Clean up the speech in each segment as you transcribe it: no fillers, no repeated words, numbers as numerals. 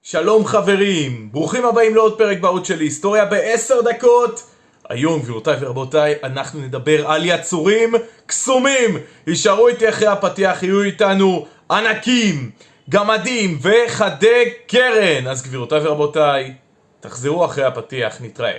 שלום חברים, ברוכים הבאים לעוד פרק בערוץ שלי, היסטוריה ב10 דקות. היום גבירותיי ורבותיי אנחנו נדבר על יצורים קסומים. יישארו איתי אחרי הפתיח, יהיו איתנו ענקים, גמדים וחדי קרן. אז גבירותיי ורבותיי, תחזרו אחרי הפתיח, נתראה.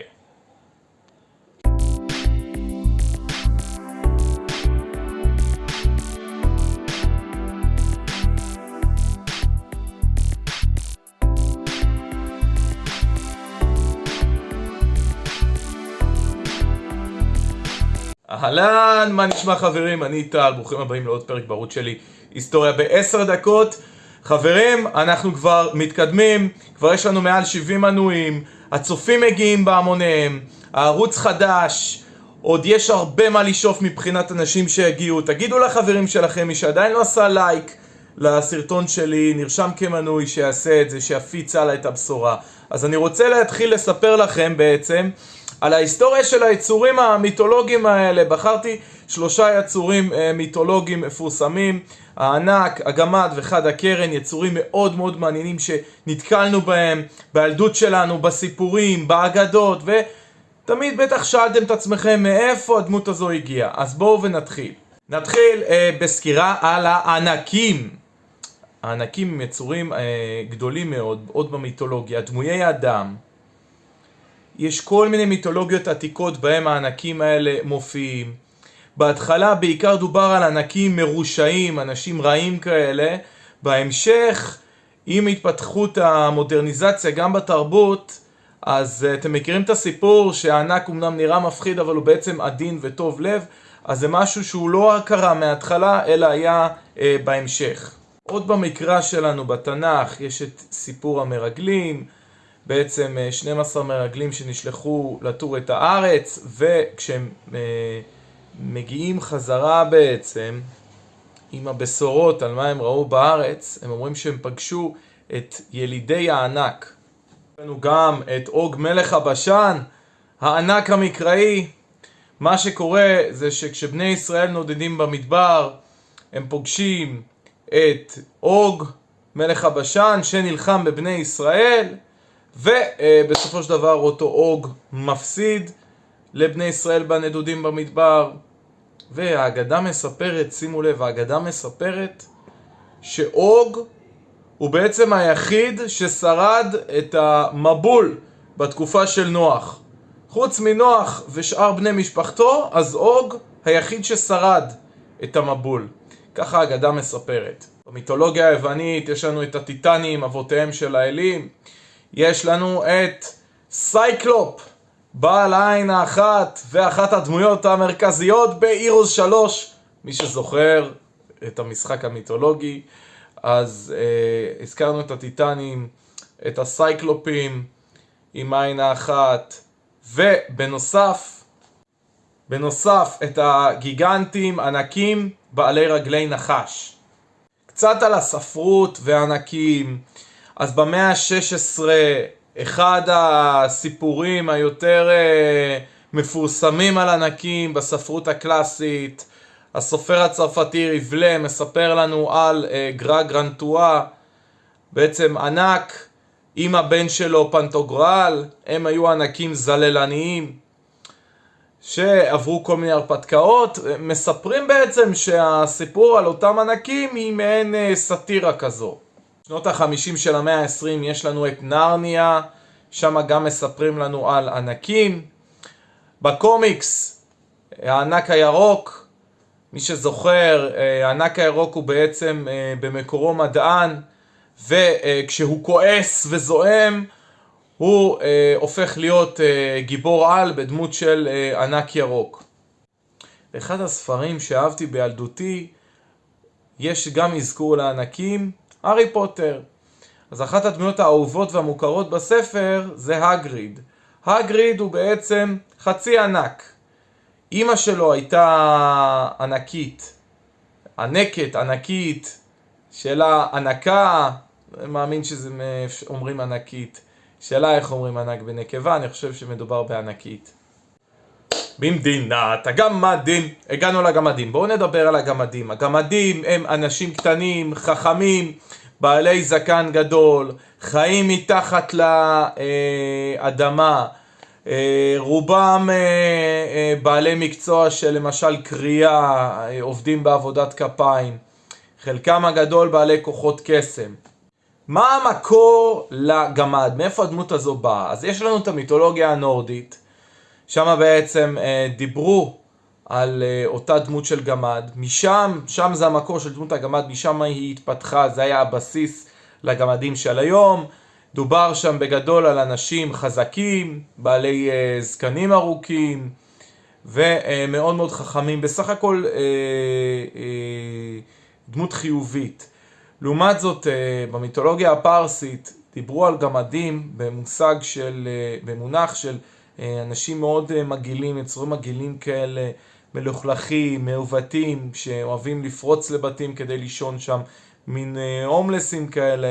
אהלן, מה נשמע חברים? אני טל, ברוכים הבאים לעוד פרק בערוץ שלי, היסטוריה ב10 דקות. חברים, אנחנו כבר מתקדמים, כבר יש לנו מעל 70 מנויים, הצופים מגיעים בהמוניהם, הערוץ חדש, עוד יש הרבה מה לשאוף מבחינת אנשים שהגיעו. תגידו לחברים שלכם, מי שעדיין לא עשה לייק לסרטון שלי, נרשם כמנוי, שיעשה את זה, שיפיץ הלאה את הבשורה. אז אני רוצה להתחיל לספר לכם בעצם על ההיסטוריה של היצורים המיתולוגיים האלה. בחרתי 3 יצורים מיתולוגיים מפורסמים, הענק, הגמד וחד הקרן. יצורים מאוד מאוד מעניינים שנתקלנו בהם בילדות שלנו, בסיפורים, באגדות, ותמיד בטח שאלתם את עצמכם מאיפה הדמות הזו הגיעה. אז בואו ונתחיל. נתחיל בסקירה על הענקים. הענקים הם יצורים גדולים מאוד, עוד במיתולוגיה, דמויי אדם. יש כל מיני מיתולוגיות עתיקות בהם הענקים האלה מופיעים. בהתחלה בעיקר דובר על ענקים מרושעים, אנשים רעים כאלה. בהמשך, עם התפתחות המודרניזציה גם בתרבות, אז אתם מכירים את הסיפור שהענק אמנם נראה מפחיד אבל הוא בעצם עדין וטוב לב. אז זה משהו שהוא לא קרה מההתחלה אלא היה בהמשך. עוד במקרא שלנו בתנ"ך יש את סיפור המרגלים, בעצם 12 מרגלים שנשלחו לטור את הארץ, וכשהם מגיעים חזרה בעצם עם הבשורות על מה הם ראו בארץ, הם אומרים שהם פגשו את ילידי הענק. יש לנו גם את אוג מלך הבשן, הענק המקראי. מה שקורה זה שכשבני ישראל נודדים במדבר, הם פוגשים את אוג מלך הבשן שנלחם בבני ישראל, ובסופו של דבר אותו אוג מפסיד לבני ישראל בנדודים במדבר. והאגדה מספרת, שימו לב, האגדה מספרת שאוג הוא בעצם היחיד ששרד את המבול בתקופה של נוח. חוץ מנוח ושאר בני משפחתו, אז אוג היחיד ששרד את המבול. ככה האגדה מספרת. במיתולוגיה היוונית יש לנו את הטיטנים, אבותיהם של האלים. יש לנו את סייקלופ, בעל העין האחת ואחת הדמויות המרכזיות באירוס 3. מי שזוכר את המשחק המיתולוגי, אז הזכרנו את הטיטנים, את הסייקלופים עם העין האחת, ובנוסף את הגיגנטים, ענקים בעלי רגלי נחש. קצת על הספרות וענקים. אז במאה ה-16 אחד הסיפורים היותר מפורסמים על ענקים בספרות הקלאסית, הסופר הצרפתי ריבלה מספר לנו על גרא גרנטואה, בעצם ענק עם הבן שלו פנטוגרל. הם היו ענקים זללניים שעברו כל מיני הרפתקאות. מספרים בעצם שהסיפור על אותם ענקים היא מעין סאטירה כזו. שנות ה-50 של המאה ה-20 יש לנו את נרניה, שם גם מספרים לנו על ענקים. בקומיקס, הענק הירוק, מי שזוכר, הענק הירוק הוא בעצם במקורו מדען, וכשהוא כועס וזועם, הוא הופך להיות גיבור על בדמות של ענק ירוק. באחד הספרים שאהבתי בילדותי, יש גם אזכור לענקים, הארי פוטר. אז אחת הדמויות האהובות והמוכרות בספר זה הגריד. הגריד הוא בעצם חצי ענק. אמא שלו הייתה ענקית, ענקת, ענקית, שאלה ענקה, אני מאמין שזה אומרים ענקית. שאלה איך אומרים ענק בנקבה, אני חושב שמדובר בענקית. במדינת הגמדים, הגענו לגמדים. בואו נדבר על הגמדים. הגמדים הם אנשים קטנים, חכמים, בעלי זקן גדול, חיים מתחת לאדמה, רובם בעלי מקצוע של למשל קריאה, עובדים בעבודת כפיים, חלקם הגדול בעלי כוחות קסם. מה המקור לגמד? מאיפה הדמות הזו באה? אז יש לנו את המיתולוגיה הנורדית, שם בעצם דיברו על אותה דמות של גמד, שם זה המקור של דמות הגמד, משם היא התפתחה, זה היה הבסיס לגמדים של היום. דובר שם בגדול על אנשים חזקים, בעלי זקנים ארוכים ומאוד מאוד חכמים, בסך הכל דמות חיובית. לעומת זאת, במיתולוגיה הפרסית דיברו על גמדים במונח של אנשים מאוד מגעילים, יצורים מגעילים כאלה, מלוכלכים, מעוותים, שאוהבים לפרוץ לבתים כדי לישון שם, מין הומלסים כאלה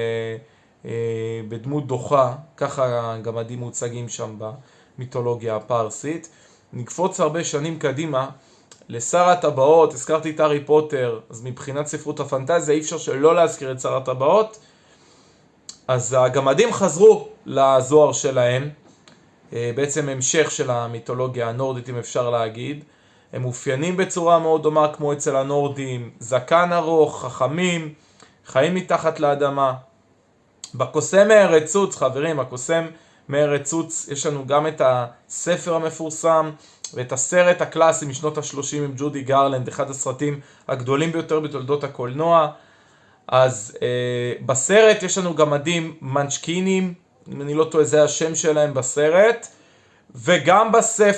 בדמות דוחה, ככה גמדים מוצגים שם במיתולוגיה הפרסית. נקפוץ הרבה שנים קדימה, לשר הטבעות, הזכרתי את הארי פוטר, אז מבחינת ספרות הפנטזיה אי אפשר שלא להזכיר את שר הטבעות, אז הגמדים חזרו לזוהר שלהם, בעצם המשך של המיתולוגיה הנורדית אם אפשר להגיד. הם מאופיינים בצורה מאוד דומה כמו אצל הנורדים, זקן ארוך, חכמים, חיים מתחת לאדמה. בקוסם מארץ צוץ, חברים, הקוסם מארץ צוץ, יש לנו גם את הספר המפורסם ואת הסרט הקלאסי משנות ה-30 עם ג'ודי גרלנד, אחד הסרטים הגדולים ביותר בתולדות הקולנוע. אז בסרט יש לנו גמדים מנצ'קינים, אם אני לא טועה זה השם שלהם בסרט, וגם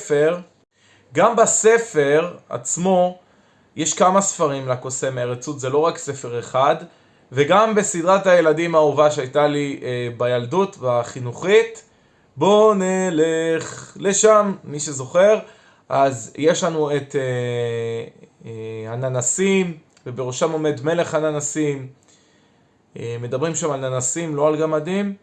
בספר עצמו יש כמה ספרים לקוסם מארץ צוץ, זה לא רק ספר אחד, וגם בסדרת הילדים האהובה שהייתה לי בילדות והחינוכית, בואו נלך לשם, מי שזוכר, אז יש לנו את הננסים, ובראשם עומד מלך הננסים, מדברים שם על ננסים, לא על גמדים,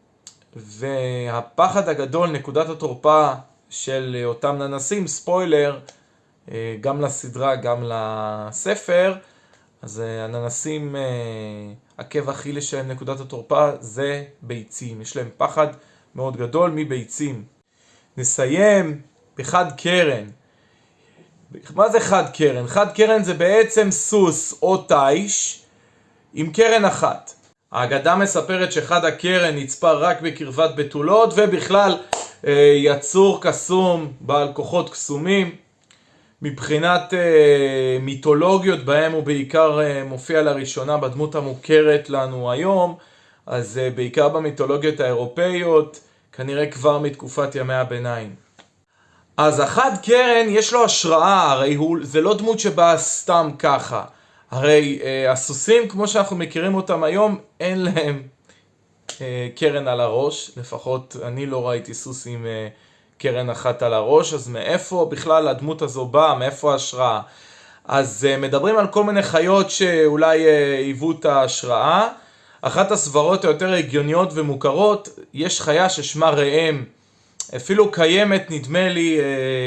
והפחד הגדול, נקודת התורפה של אותם ננסים, ספוילר, גם לסדרה, גם לספר, אז הננסים, עקב אכילס שלהם, נקודת התורפה, זה ביצים. יש להם פחד מאוד גדול מביצים. נסיים בחד קרן. מה זה חד קרן? חד קרן זה בעצם סוס או תיש עם קרן אחת. האגדה מספרת שחד הקרן נצפה רק בקרבת בתולות, ובכלל יצור קסום בעל כוחות קסומים. מבחינת מיתולוגיות בהם הוא בעיקר מופיע לראשונה בדמות המוכרת לנו היום, אז בעיקר במיתולוגיות האירופאיות, כנראה כבר מתקופת ימי הביניים. אז החד קרן יש לו השראה, הרי זה לא דמות שבאה סתם ככה. הרי הסוסים כמו שאנחנו מכירים אותם היום, אין להם קרן על הראש, לפחות אני לא ראיתי סוס עם קרן אחת על הראש, אז מאיפה בכלל הדמות הזו באה, מאיפה ההשראה? אז מדברים על כל מיני חיות שאולי היוו את ההשראה. אחת הסברות היותר הגיוניות ומוכרות, יש חיה ששמה ראם, אפילו קיימת נדמה לי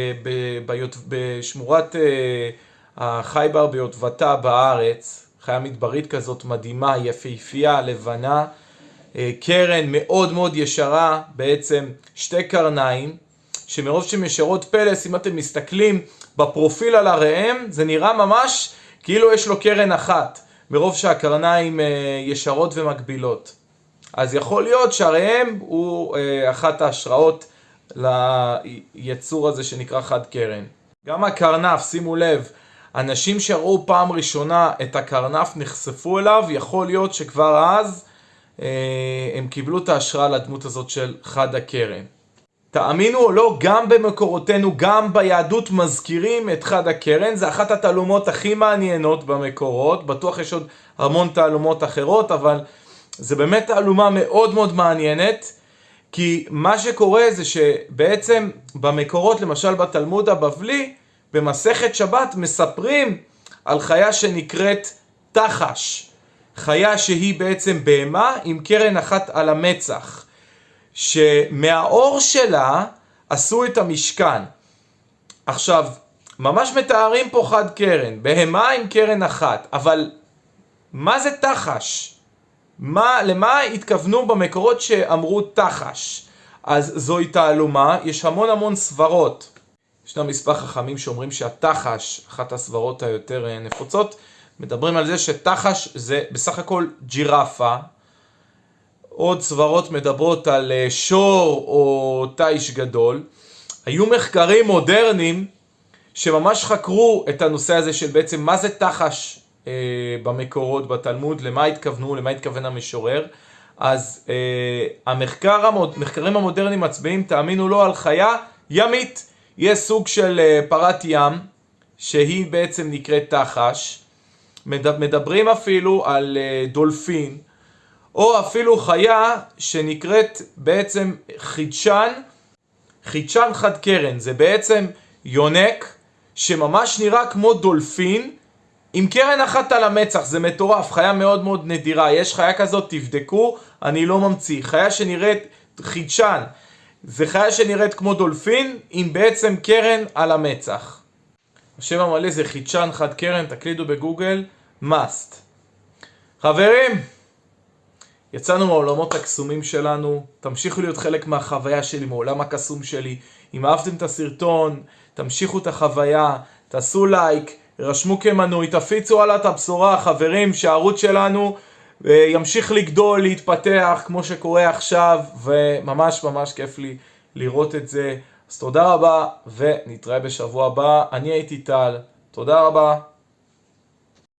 בשמורת החייבר ביוטבתה בארץ, חיה מדברית כזאת מדהימה, יפהפייה, לבנה, קרן מאוד מאוד ישרה, בעצם שתי קרניים, שמרוב שמשרות פלס, אם אתם מסתכלים בפרופיל על הראם, זה נראה ממש כאילו יש לו קרן אחת, מרוב שהקרניים ישרות ומקבילות. אז יכול להיות שהראם הוא אחת ההשראות ליצור הזה שנקרא חד קרן. גם הקרנף, שימו לב, אנשים שראו פעם ראשונה את הקרנף נחשפו אליו, יכול להיות שכבר אז הם קיבלו את ההשראה לדמות הזאת של חד הקרן. תאמינו או לא, גם במקורותינו, גם ביהדות מזכירים את חד הקרן, זה אחת התעלומות הכי מעניינות במקורות, בטוח יש עוד המון תעלומות אחרות, אבל זה באמת תעלומה מאוד מאוד מעניינת, כי מה שקורה זה שבעצם במקורות, למשל בתלמוד הבבלי, במסכת שבת מספרים על חיה שנקראת תחש, חיה שהיא בעצם בהמה עם קרן אחת על המצח, שמהאור שלה עשו את המשכן. עכשיו, ממש מתארים פה חד קרן, בהמה עם קרן אחת, אבל מה זה תחש? למה התכוונו במקורות שאמרו תחש? אז זוהי תעלומה, יש המון סברות. ישנם מספר חכמים שאומרים שהתחש, אחת הסברות היותר נפוצות, מדברים על זה שתחש זה בסך הכל ג'ירפה. עוד סברות מדברות על שור או תיש גדול. היו מחקרים מודרניים שממש חקרו את הנושא הזה של בעצם מה זה תחש במקורות, בתלמוד, למה התכוונו, למה התכוון המשורר. אז המחקרים המודרניים מצביעים, תאמינו לו, על חיה ימית. יש סוג של פרת ים שהיא בעצם נקראת תחש. מדברים אפילו על דולפין, או אפילו חיה שנקראת בעצם חידשן חד קרן. זה בעצם יונק שממש נראה כמו דולפין עם קרן אחת על המצח. זה מטורף, חיה מאוד נדירה. יש חיה כזאת, תבדקו, אני לא ממציא. חיה שנראית חידשן, זה חיה שנראית כמו דולפין עם בעצם קרן על המצח. השם המלא זה חידשן חד קרן, תקלידו בגוגל, must. חברים, יצאנו מהעולמות הקסומים שלנו, תמשיכו להיות חלק מהחוויה שלי, מהעולם הקסום שלי. אם אהבתם את הסרטון, תמשיכו את החוויה, תעשו לייק, רשמו כמנוי, תפיצו הלאה את הבשורה, חברים, שהערוץ שלנו ימשיך לגדול, להתפתח כמו שקורה עכשיו, וממש כיף לי לראות את זה. אז תודה רבה, ונתראה בשבוע הבא. אני הייתי טל, תודה רבה.